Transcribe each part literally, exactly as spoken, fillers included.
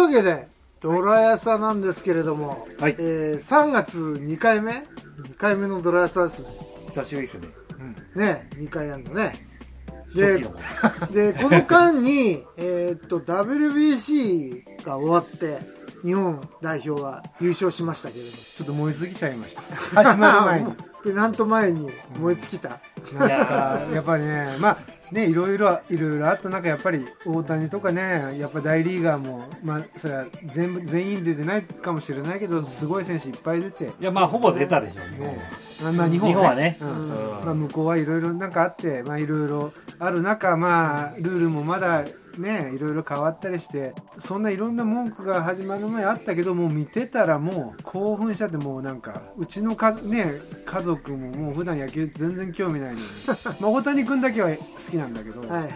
わけでドラヤサなんですけれども、はい、えー、さんがつにかいめにかいめのドラヤサですね。 久しぶりですね、 うん、ねにかいやるのね。ででこの間にえっと ダブリュービーシー が終わって日本代表は優勝しましたけれど、 ちょっと燃えすぎちゃいました始まる前にペナント前に燃え尽きた、 うん、なんかやっぱりね、まあね、いろいろいろいろあった中、やっぱり大谷とかね、やっぱ大リーガーも、まあ、それは全部全員出てないかもしれないけど、すごい選手いっぱい出て、 いや、まあほぼ出たでしょうね。 ね、まあ、日本はね、 日本はね、 うんうん、まあ、向こうはいろいろなんかあって、まあ、いろいろある中、まあ、ルールもまだね、いろいろ変わったりして、そんないろんな文句が始まる前あったけど、もう見てたらもう興奮しちゃって、もうなんかうちのか、ね、家族ももう普段野球全然興味ないのにまあ大谷君だけは好きなんだけど、はいはい、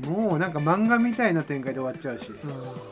もうなんか漫画みたいな展開で終わっちゃうし、うん、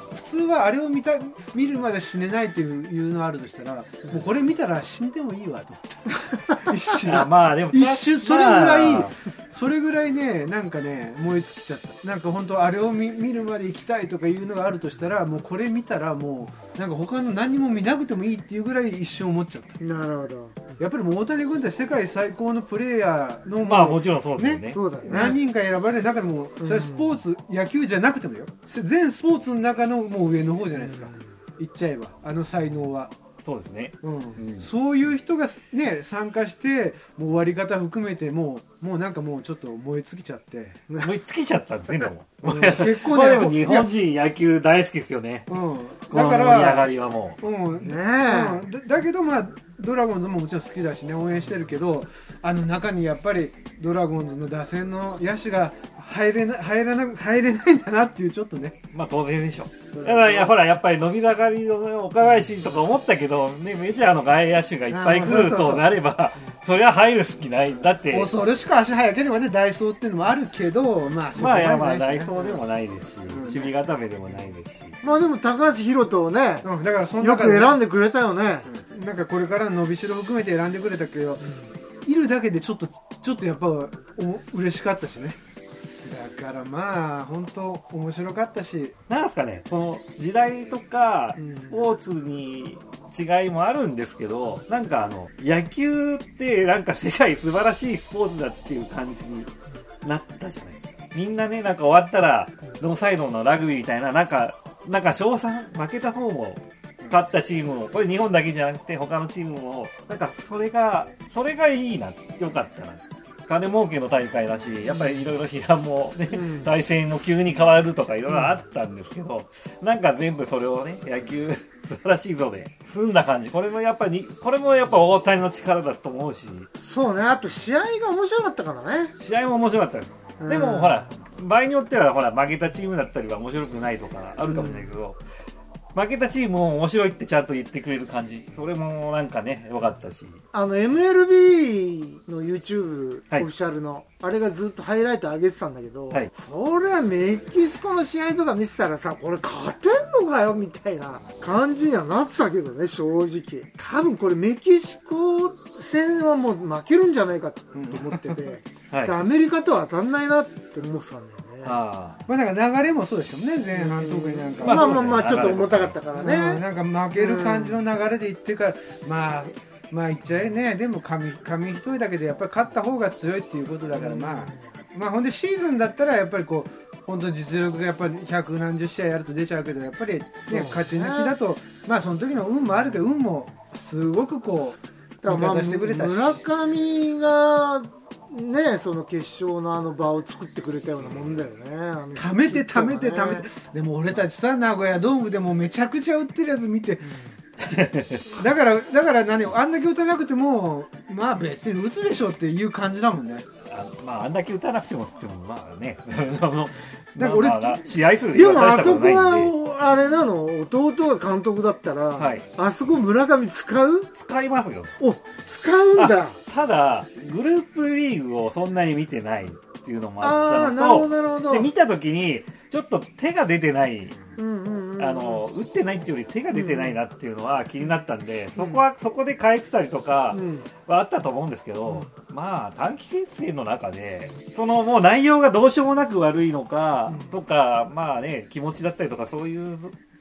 普通はあれを見た見るまで死ねないっていうのがあるとしたら、もうこれ見たら死んでもいいわと思って一瞬まあでも一瞬それぐらい、まあそれぐらいね、なんかね、燃え尽きちゃった。なんか本当あれを 見, 見るまで行きたいとかいうのがあるとしたら、もうこれ見たらもうなんか他の何も見なくてもいいっていうぐらい一瞬思っちゃった。 なるほど。 やっぱりもう大谷君って世界最高のプレーヤーの、 まあもちろんそうですよね。 ね、そうだね。何人か選ばれる中でも、それはスポーツ、うん、野球じゃなくてもよ。全スポーツの中のもう上の方じゃないですか。うん、言っちゃえばあの才能は。 そうですね、 うんうん、そういう人が、ね、参加してもう終わり方含めてもう、もうなんかもうちょっと燃え尽きちゃって燃え尽きちゃったんですね。でも、 うん、結構ね、 まあでも日本人野球大好きですよね、うん、だから盛り上がりはもう、 うんねうん、だ, だけどまあドラゴンズももちろん好きだしね、応援してるけど、あの中にやっぱりドラゴンズの打線の野手が入れな入らな入れないんだなっていう、ちょっとね、 まあ当然でしょ。だからやほらやっぱり伸び盛りの岡林とか思ったけど、ね、メジャーの外野手がいっぱい来るとなれば、そりゃ入る隙ない。だってそれしか足速ければね、ダイソーっていうのもあるけど、まあそこはない、ね、 まあいやまあダイソーでもないですし、うん、守備固めでもないですし、 まあでも高橋宏斗をね、うん、だからそのよく選んでくれたよね、 うん、なんかこれからの伸びしろ含めて選んでくれたけど、うん、いるだけでちょっとちょっとやっぱお嬉しかったしね。だからまあ本当面白かったし、 なんすかね、この時代とかスポーツに違いもあるんですけど、なんかあの野球ってなんか世界素晴らしいスポーツだっていう感じになったじゃないですか。みんなね、なんか終わったらノーサイドのラグビーみたいな、なんかなんか賞賛、負けた方も勝ったチームも、これ日本だけじゃなくて他のチームもなんかそれがそれがいいな、良かったな。金儲けの大会だし、やっぱりいろいろ批判もね、うん、対戦も急に変わるとかいろいろあったんですけど、うん、なんか全部それをね、野球素晴らしいぞで済んだ感じ。これもやっぱりこれもやっぱ大谷の力だと思うし。 そうね。あと試合が面白かったからね。 試合も面白かったです。うん、でもほら場合によってはほら負けたチームだったりは面白くないとかあるかもしれないけど。うん、負けたチームも面白いってちゃんと言ってくれる感じ、それもなんかね良かったし、 あの エムエルビー の YouTube、はい、オフィシャルのあれがずっとハイライト上げてたんだけど、はい、それはメキシコの試合とか見てたらさ、これ勝てんのかよみたいな感じにはなってたけどね、正直。多分これメキシコ戦はもう負けるんじゃないかと思ってて、はい、アメリカとは当たんないなって思ってたんだよね。 あまあなんか流れもそうでしたもんね、前半特になんか、 まあまあまあちょっと重たかったからね、 うん、なんか負ける感じの流れでいってから、まあまあ言っちゃえね、でも紙紙一重だけでやっぱり勝った方が強いっていうことだから、まあまあほんでシーズンだったらやっぱりこう本当実力がやっぱり百何十試合やると出ちゃうけど、やっぱり、ね、勝ち抜きだとまあその時の運もあるけど、運もすごくこう味方してくれたし、 村上がね、その決勝のあの場を作ってくれたようなもんだよね。 ためてためてためて、でも俺たちさ、名古屋ドームでもめちゃくちゃ打ってるやつ見て、うん、だからだから何、あんだけ打たなくてもまあ別に打つでしょっていう感じだもんね。 あまああんだけ打たなくてもってもまあねだから俺、 まあまあ、試合数でもあそこはあれなの、弟が監督だったら、はい、あそこ村上使う？ 使いますよ。 お、使うんだ。 ただグループリーグをそんなに見てないっていうのもあったのと、なるほどで見た時にちょっと手が出てない、うんうんうん、あの打ってないっていうより手が出てないなっていうのは気になったんで、うん、そこはそこで変えてたりとかはあったと思うんですけど、うん、まあ短期決戦の中でそのもう内容がどうしようもなく悪いのかとか、まあね気持ちだったりとかそういう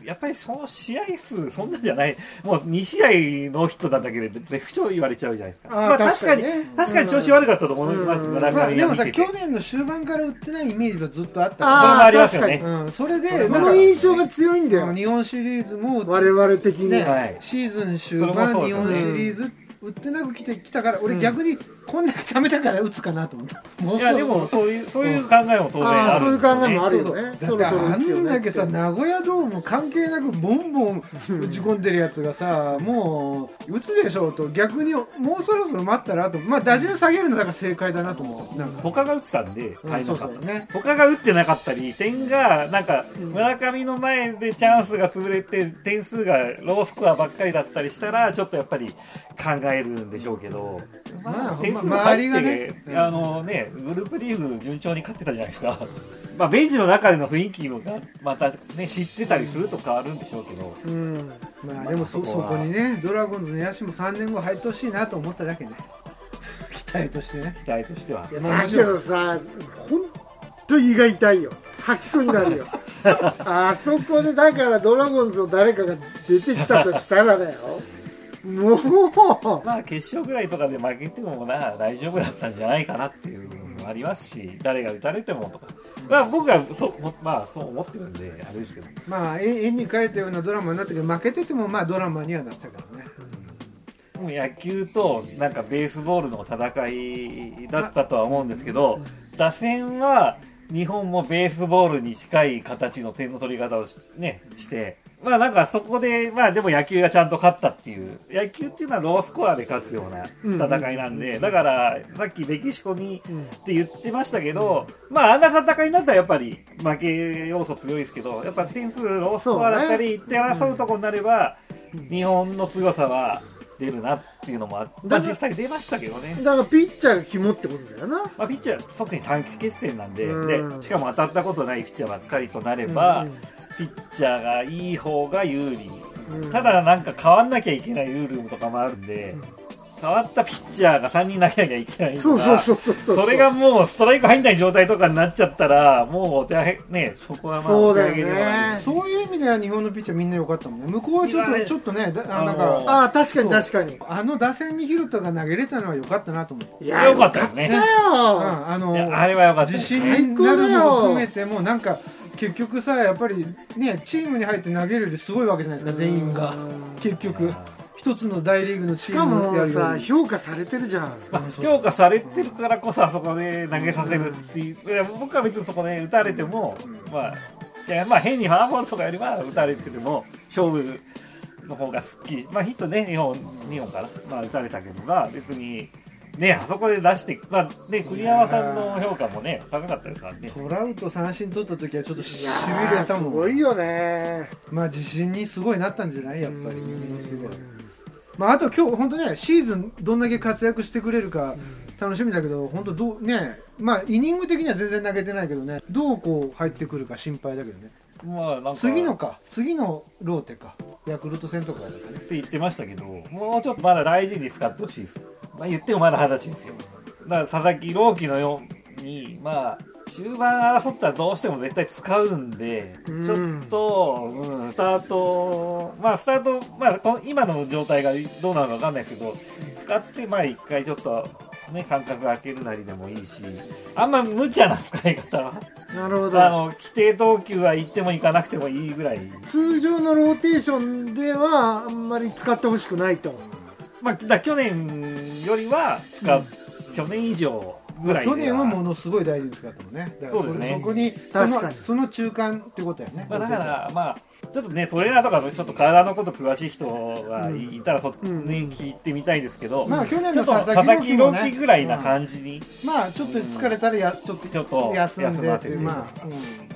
やっぱりその試合数そんなんじゃない、もうに試合ノーヒットなんだけど絶不調言われちゃうじゃないですか。あ、まあ、確かに確かに、ね、確かに調子悪かったと思います、うんうん、 まあ、でもさ去年の終盤から打ってないイメージがずっとあったから、 それもありますよね、 うん、それでその印象が強いんだよ。 日本シリーズも我々的に、 ね、はい、シーズン終盤日本シリーズ打ってなく来てきたから、俺逆にこんだけ貯めたから打つかなと思った。 うん、いやでもそういうそういう考えも当然ある、 そういう考えもあるよね。 そうそう、だからあんだけさ名古屋ドーム関係なくボンボン打ち込んでるやつがさ、もう打つでしょうと、逆にもうそろそろ待ったらと、まあ打順下げるのだから正解だなと思う。なんか他が打ってたんで買いなかった、うん、そうそうね、他が打ってなかったり点がなんか村上の前でチャンスが潰れて点数がロースコアばっかりだったりしたらちょっとやっぱり考えるんでしょうけど、まあ、点数が入って、ね、あのね、グループリーグ順調に勝ってたじゃないですか。まあベンチの中での雰囲気がまたね知ってたりすると変わるんでしょうけど、 うん、まあでも そ, そこにねドラゴンズの野手もさんねんご入ってほしいなと思っただけね。期待としてね。 期待としては。 だけどさ、本当胃が痛いよ。吐きそうになるよ。あそこでだからドラゴンズの誰かが出てきたとしたらだよ。もうまあ決勝ぐらいとかで負けてもな大丈夫だったんじゃないかなっていうのもありますし、誰が打たれてもとか、まあ僕はそまあそう思ってるんであれですけど、 まあ絵に描いたようなドラマになったけど負けててもまあドラマにはなったからね。 もう野球となんかベースボールの戦いだったとは思うんですけど、打線は日本もベースボールに近い形の点の取り方をし、ね、してまあなんかそこでまあでも野球がちゃんと勝ったっていう、野球っていうのはロースコアで勝つような戦いなんで、だからさっきメキシコにって言ってましたけど、まああんな戦いになったらやっぱり負け要素強いですけど、やっぱ点数ロースコアだったりいって争うとこになれば日本の強さは出るなっていうのもあって、まあ、実際出ましたけどね。 だからピッチャーが肝ってことだよな。 まあ、ピッチャー特に短期決戦なんで、でしかも当たったことないピッチャーばっかりとなれば、うんうん、ピッチャーがいい方が有利、うん、ただなんか変わんなきゃいけないルールとかもあるんで、うん、変わったピッチャーがさんにん投げなきゃいけないとか、それがもうストライク入んない状態とかになっちゃったらもうお手上げね、そこはまあそうだよね。 そういう意味では日本のピッチャーみんな良かったもんね。向こうはちょっとちょっとね、あなんかああ確かに確かにあの打線にヒルトが投げれたのは良かったなと思って。 いや良かったよね。 ね、 ああのあれは良かった。 自信になるのを含めてもなんか結局さやっぱりねチームに入って投げるよりすごいわけじゃないですか全員が結局。一つの大リーグのチームしかもさ評価されてるじゃん、 まあ、評価されてるからこそあそこで投げさせるっていう、いや僕は別にそこで打たれても、まあ、いやまあ変にファーボールとかよりは打たれてても勝負の方がすっきり、まあヒットねにほんにほんかな、まあ、打たれたけどな別にねあそこで出して、まあね、栗山さんの評価もね高かったですからね。 トラウト三振取った時はちょっとしびれたもん。 すごいよね。 まあ自信にすごいなったんじゃないやっぱりすごい。まあ、あと今日本当ねシーズンどんだけ活躍してくれるか楽しみだけど、本当どうね、まあイニング的には全然投げてないけどね、どうこう入ってくるか心配だけどね。まあ、なんか次のか次のローテかヤクルト戦とかだったねって言ってましたけど、もうちょっとまだ大事に使ってほしいです。まあ言ってもまだ二十歳ですよ。だから佐々木朗希のようにまあ終盤争ったらどうしても絶対使うんで、うん、ちょっと、うん、スタート、まあスタート、まあこの今の状態がどうなのかわかんないですけど、使ってまあ一回ちょっとね間隔空けるなりでもいいし、あんま無茶な使い方は。 なるほど。 あの規定投球は行っても行かなくてもいいぐらい。 通常のローテーションではあんまり使ってほしくないと。 まあだ去年よりは使う、うん、去年以上。ぐらい去年はものすごい大事に使ったもんね。だから そ, そうですね。そこに確かにその中間ってことやね。 まあ、だからまあちょっとねトレーナーとかちょっと体のこと詳しい人がいたらそっちに聞いてみたいですけど、うん、 まあ去年の佐々木朗希ぐらいな感じに、 うん、まあちょっと疲れたらや、うん、ちょっとちょっと休んでってまあ、うん、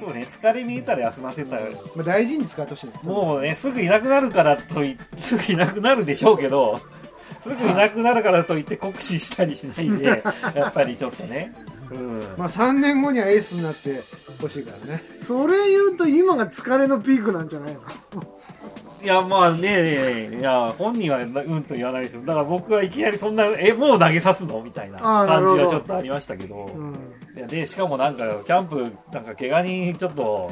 そうね疲れ見えたら休ませたら、 まあ、大事に使ってほしい。 もうねすぐいなくなるからといすぐいなくなるでしょうけど。すぐいなくなるからといって酷使したりしないでやっぱりちょっとね、うん、 まあさんねんごにはエースになってほしいからね。 それ言うと今が疲れのピークなんじゃないのいやまあねいや本人はうんと言わないですよ。だから僕はいきなりそんなえもう投げさすのみたいな感じがちょっとありましたけど、うん、いやでしかもなんかキャンプなんか怪我にちょっと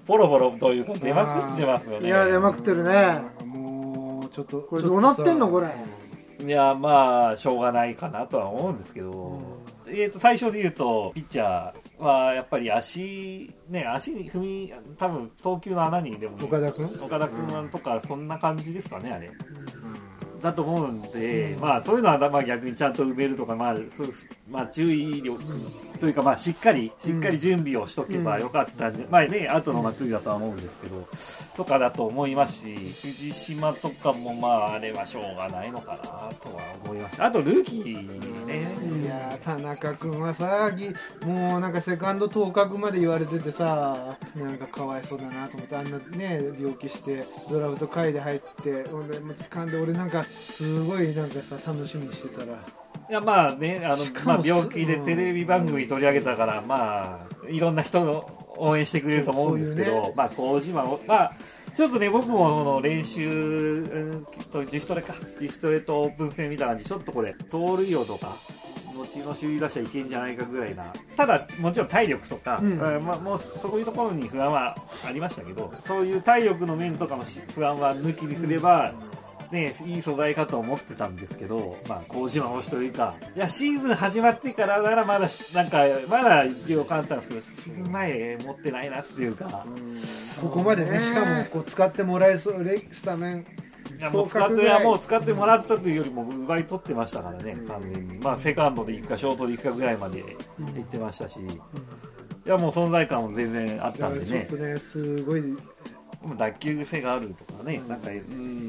ポロポロというか出まくってますよね。 いや出まくってるね。 もうちょっとこれどうなってんのこれ。 いやまあしょうがないかなとは思うんですけど、うん、えーと最初で言うとピッチャーはやっぱり足ね足に踏み多分投球の穴にでも岡田君岡田君とかそんな感じですかねあれ、うん、だと思うんで、うん、まあそういうのはまあ逆にちゃんと埋めるとかまあそうまあ注意力というかまあしっかりしっかり準備をしとけばよかったんで、うん、まあね後の祭りだとは思うんですけどとかだと思いますし藤島とかもまああれはしょうがないのかなとは思いました。あとルーキーね、 いや田中君はさもうなんかセカンド当確まで言われててさなんかかわいそうだなと思ってあんなね病気してドラフト会で入って俺も掴んで俺なんかすごいなんかさ楽しみにしてたらいやまあねあの、まあ、病気でテレビ番組取り上げたから、うん、まあいろんな人を応援してくれると思うんですけど、そういうね、まあ麹島もまあちょっとね僕も練習、うん、と自主トレか自主トレとオープン戦見た感じちょっとこれ盗塁王とか後の首位打者いけんじゃないかぐらいなただもちろん体力とか、うんまあ、もうそういうところに不安はありましたけどそういう体力の面とかの不安は抜きにすれば、うんね、いい素材かと思ってたんですけど、まあ、麹島推しというか、いや、シーズン始まってからならまだ、なんか、まだよかったんですけど、シーズン前持ってないなっていうか。 うんここまでね、しかもこう使ってもらえそう、レスタメン。 いやもう使っていやもう使ってもらったというよりも奪い取ってましたからね、完全に。まあ、セカンドで行くか、ショートで行くかぐらいまで行ってましたし、いや、もう存在感も全然あったんでね。 ちょっとね、すごい。 脱臼癖があるとかね、なんか、うん、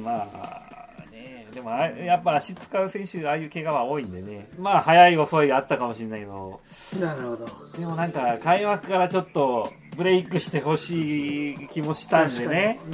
まあ、でもやっぱ足使う選手ああいう怪我は多いんでねまあ早い遅いあったかもしれないけどなるほどでもなんか開幕からちょっとブレイクしてほしい気もしたんでね、 うん、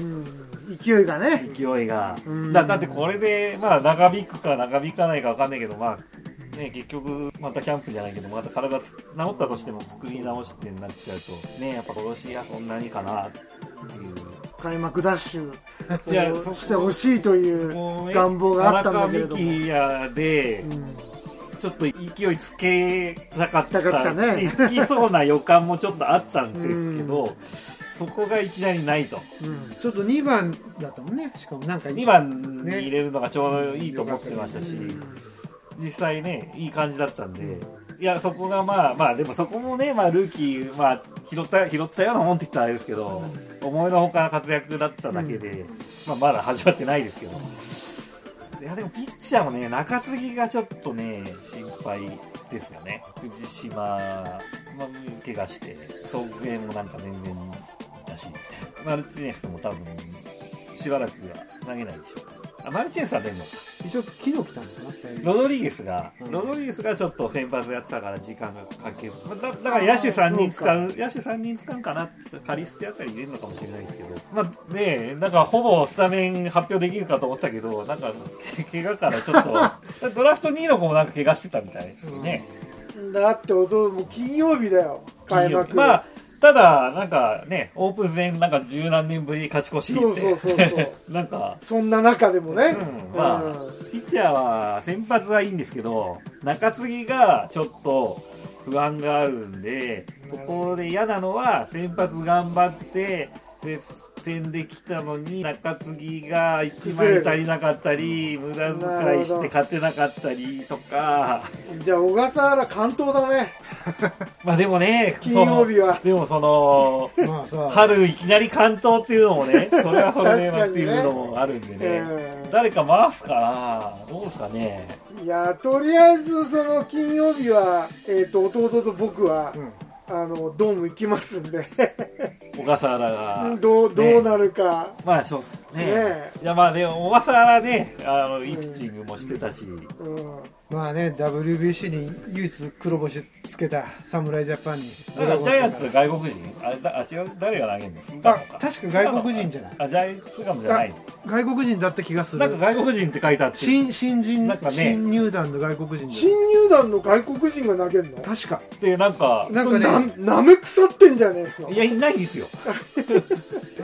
勢いがね勢いがだ, だってこれでまあ長引くか長引かないか分かんないけどまあね結局またキャンプじゃないけどまた体治ったとしても作り直してになっちゃうとねやっぱ今年はそんなにかなっていう開幕ダッシュいやしてほしいという願望があったんだけれども、 田中幹也で、うん、ちょっと勢いつけたかったし、 ね、 つきそうな予感もちょっとあったんですけど、うん、そこがいきなりないと、 うん、ちょっとにばんだったもんね。しかもなんかにばんに入れるのがちょうどいいと思ってましたし、ね、実際ねいい感じだったんで、うん、いやそこがまあまあでもそこもねまあルーキーまあ拾った拾ったようなもんって言ったらあれですけど、うん、思いのほか活躍だっただけで、うんまあ、まだ始まってないですけど、いやでもピッチャーもね中継ぎがちょっとね心配ですよね。藤島の怪我して送球もなんか全然だしマルチネスも多分しばらくは投げないでしょう。あマルチネスは出るのか一応昨日来たんですかロドリゲスが、うん、ロドリゲスがちょっと先発やってたから時間がかける だ, だから野手さんにん使う野手さんにん使うかなカリステあたり入れるのかもしれないですけどまあねなんかほぼスタメン発表できるかと思ったけどなんか怪我からちょっとドラフトにいの子もなんか怪我してたみたいですよね、 うん、だっておともう金曜日だよ開幕まあただなんかねオープン戦なんか十何年ぶりに勝ち越しってそうそうそうそうなんかそんな中でもね、 うん、まあ、うん、ピッチャーは先発はいいんですけど中継ぎがちょっと不安があるんでここで嫌なのは先発頑張って接戦できたのに中継ぎがいちまい足りなかったり無駄遣いして勝てなかったりとかじゃあ小笠原完投だねまあでもね金曜日はでもその春いきなり完投っていうのもねそれはそれでっていうのもあるんでね、えー、誰か回すかなどうですかね。 いやとりあえずその金曜日は、えー、と弟と僕は、うんあのドーム行きますんで小笠原がどう、どうなるか、 ね、まあそうですね。ねいやまあでも小笠原ねあのいいピッチングもしてたし、うんうん、まあね ダブリュービーシー に唯一黒星つけた侍ジャパンにだからジャイアンツ外国人あれだあ違う誰が投げるのあ確か外国人じゃないあジャイアンツガムじゃない外国人だった気がするなんか外国人って書いてあって新新人なんか、ね、新入団の外国人新入団の外国人が投げるの確かでなんかなんかねなめ腐ってんじゃねえのいやいないんですよ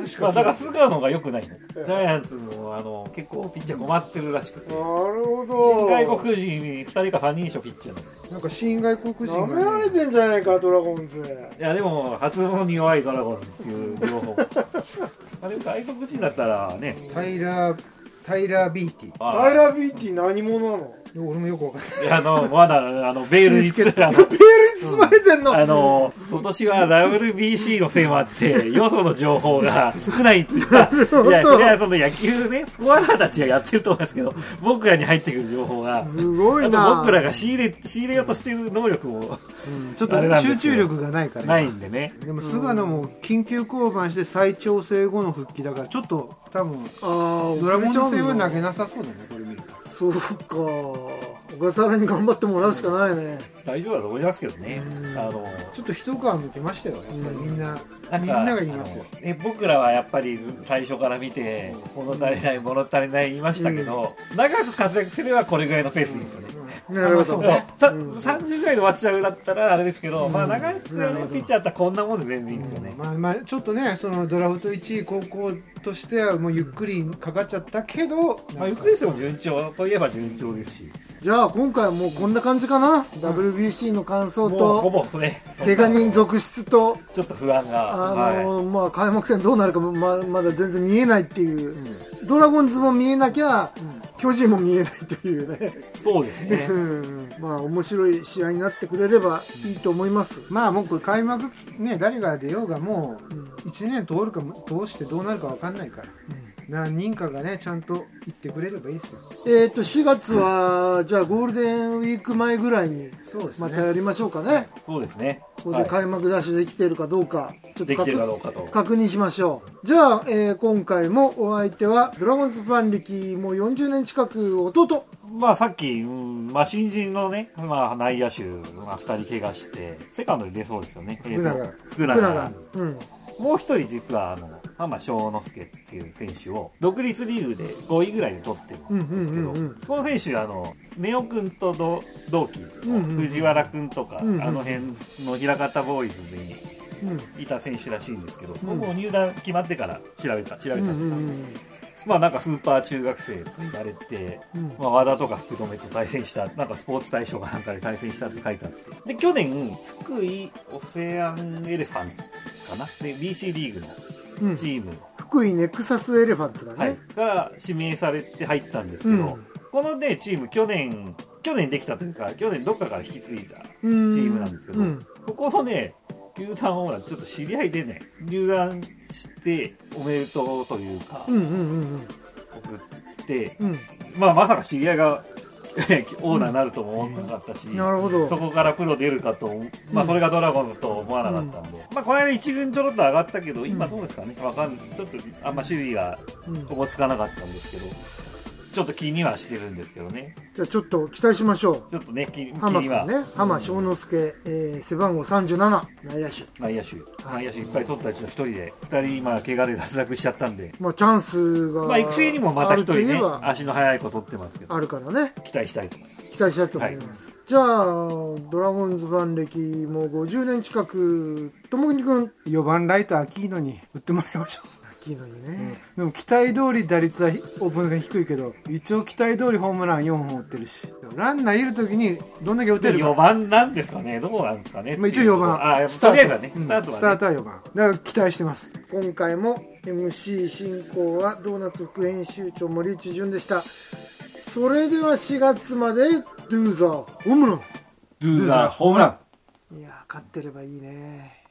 まあだから菅野が良くないの。ジャイアンツもあの結構ピッチャー困ってるらしくて。 なるほど。 新外国人ふたりかさんにんでしょピッチャーの。 なんか新外国人が、 ね、舐められてんじゃないかドラゴンズ。 いやでも発音に弱いドラゴンズっていう情報。あれ外国人だったらね。 タイラータイラービーティー。 タイラービーティー何者なの？ 俺もよくわかんない。 いやあのまだあのベールにつベールに包まれてんの。 あの今年は ダブリュービーシー のせいもあってよその情報が少ないっていうか、いやそれはその野球ねスコアラーたちがやってると思いますけど、僕らに入ってくる情報がすごいな。 あと僕らが仕入れ仕入れようとしている能力も、 うん、ちょっと集中力がないからないんでね。 でも菅野も緊急降板して再調整後の復帰だからちょっと多分あドラゴンズ戦は投げなさそうだねこれ見ると。 そうか。小笠原に頑張ってもらうしかないね。 大丈夫だと思いますけどね。あのちょっと一皮むけましたよやっぱりみんな。みんなが言いますよ。 え僕らはやっぱり最初から見て物足りない物足りない言いましたけど、うん、長く活躍すればこれぐらいのペースいいですよね。 うん、なるほどね。 さんじゅうぐらいで終わっちゃうだったらあれですけど、うん、まあ長くピッチャーだったらこんなもんで全然いいですよね。 うん、まあまあちょっとねそのドラフトいちい高校としてはもうゆっくりかかっちゃったけど、 まあ、ゆっくりしても順調といえば順調ですし。 じゃあ今回はもうこんな感じかな、うん、ダブリュービーシー の感想とほぼね怪我人続出とちょっと不安があの、はい、まあ開幕戦どうなるか ま, まだ全然見えないっていう、うん、ドラゴンズも見えなきゃ、うん、巨人も見えないというね。 そうですねまあ面白い試合になってくれればいいと思います。 まあ僕開幕ね誰が出ようがもういちねん通るか通してどうなるか分かんないから、うん何人かがねちゃんと言ってくれればいいですよ。 えっとしがつはじゃあゴールデンウィーク前ぐらいにまたやりましょうかね。 そうですね。 ここで開幕ダッシュできているかどうかちょっと確, 確認しましょう。じゃあ、えー、今回もお相手はドラゴンズファン歴もうよんじゅうねん近く弟。 まあさっき、うんまあ、新人のね、まあ、内野手がふたり怪我してセカンドに出そうですよね。 福永、 福永、うん、もう一人実はあの浜翔之介っていう選手を独立リーグでごいぐらいで取ってるんですけど、うんうんうんうん、この選手あのネオ君と同期、うんうんうん、藤原君とか、うんうん、あの辺の平方ボーイズでいた選手らしいんですけど、うん、もう入団決まってから調べた調べたんですが、うんうんうん、まあなんかスーパー中学生と言われて、うんまあ、和田とか福留と対戦したなんかスポーツ大賞かなんかで対戦したって書いてあってで去年福井オセアンエレファンツかなで ビーシー リーグのチーム、うん、 福井ネクサスエレファンツがね、 はい、から指名されて入ったんですけど、うん、このねチーム去年去年できたというか去年どっかから引き継いだチームなんですけど、うん、ここのね球団オーナーちょっと知り合いでね入団しておめでとうというか、うんうんうんうん、送って、うん、まあまさか知り合いがオーナーになるとも思ってなかったし、うん、 なるほど。 そこからプロ出るかと、まあそれがドラゴンズと思わなかったんで、うん、まあこの間一軍ちょろっと上がったけど今どうですかね、わかんない。ちょっとあんま守備がここつかなかったんですけど、ちょっと気にはしてるんですけどね。 じゃあちょっと期待しましょう。 ちょっとね、気, 気にはね、浜翔之介、えー、背番号さんじゅうなな内野手内野手、はい、内野手いっぱい取ったうちのひとりでふたり今怪我で脱落しちゃったんで、 まあチャンスがまあ育成にもまたひとりね足の速い子取ってますけどあるからね期待したいと思います。 期待したいと思います、はい、じゃあドラゴンズファン歴もうごじゅうねん近く友国君よばんライトアキーノに打ってもらいましょう。 いいのにね、 うん、でも期待通り打率はオープン戦低いけど一応期待通りホームランよんほん打ってるしランナーいる時にどんだけ打てるか。 よばんなんですかねどうなんですかね、 まあ、一応よばんあとりあえずはねスタートはね、 スタートはよばんだから期待してます。 今回も エムシー 進行はドーナツ副編集長森内潤でした。それではしがつまで Do the ホームラン Do the ホームラン。 いや勝ってればいいね。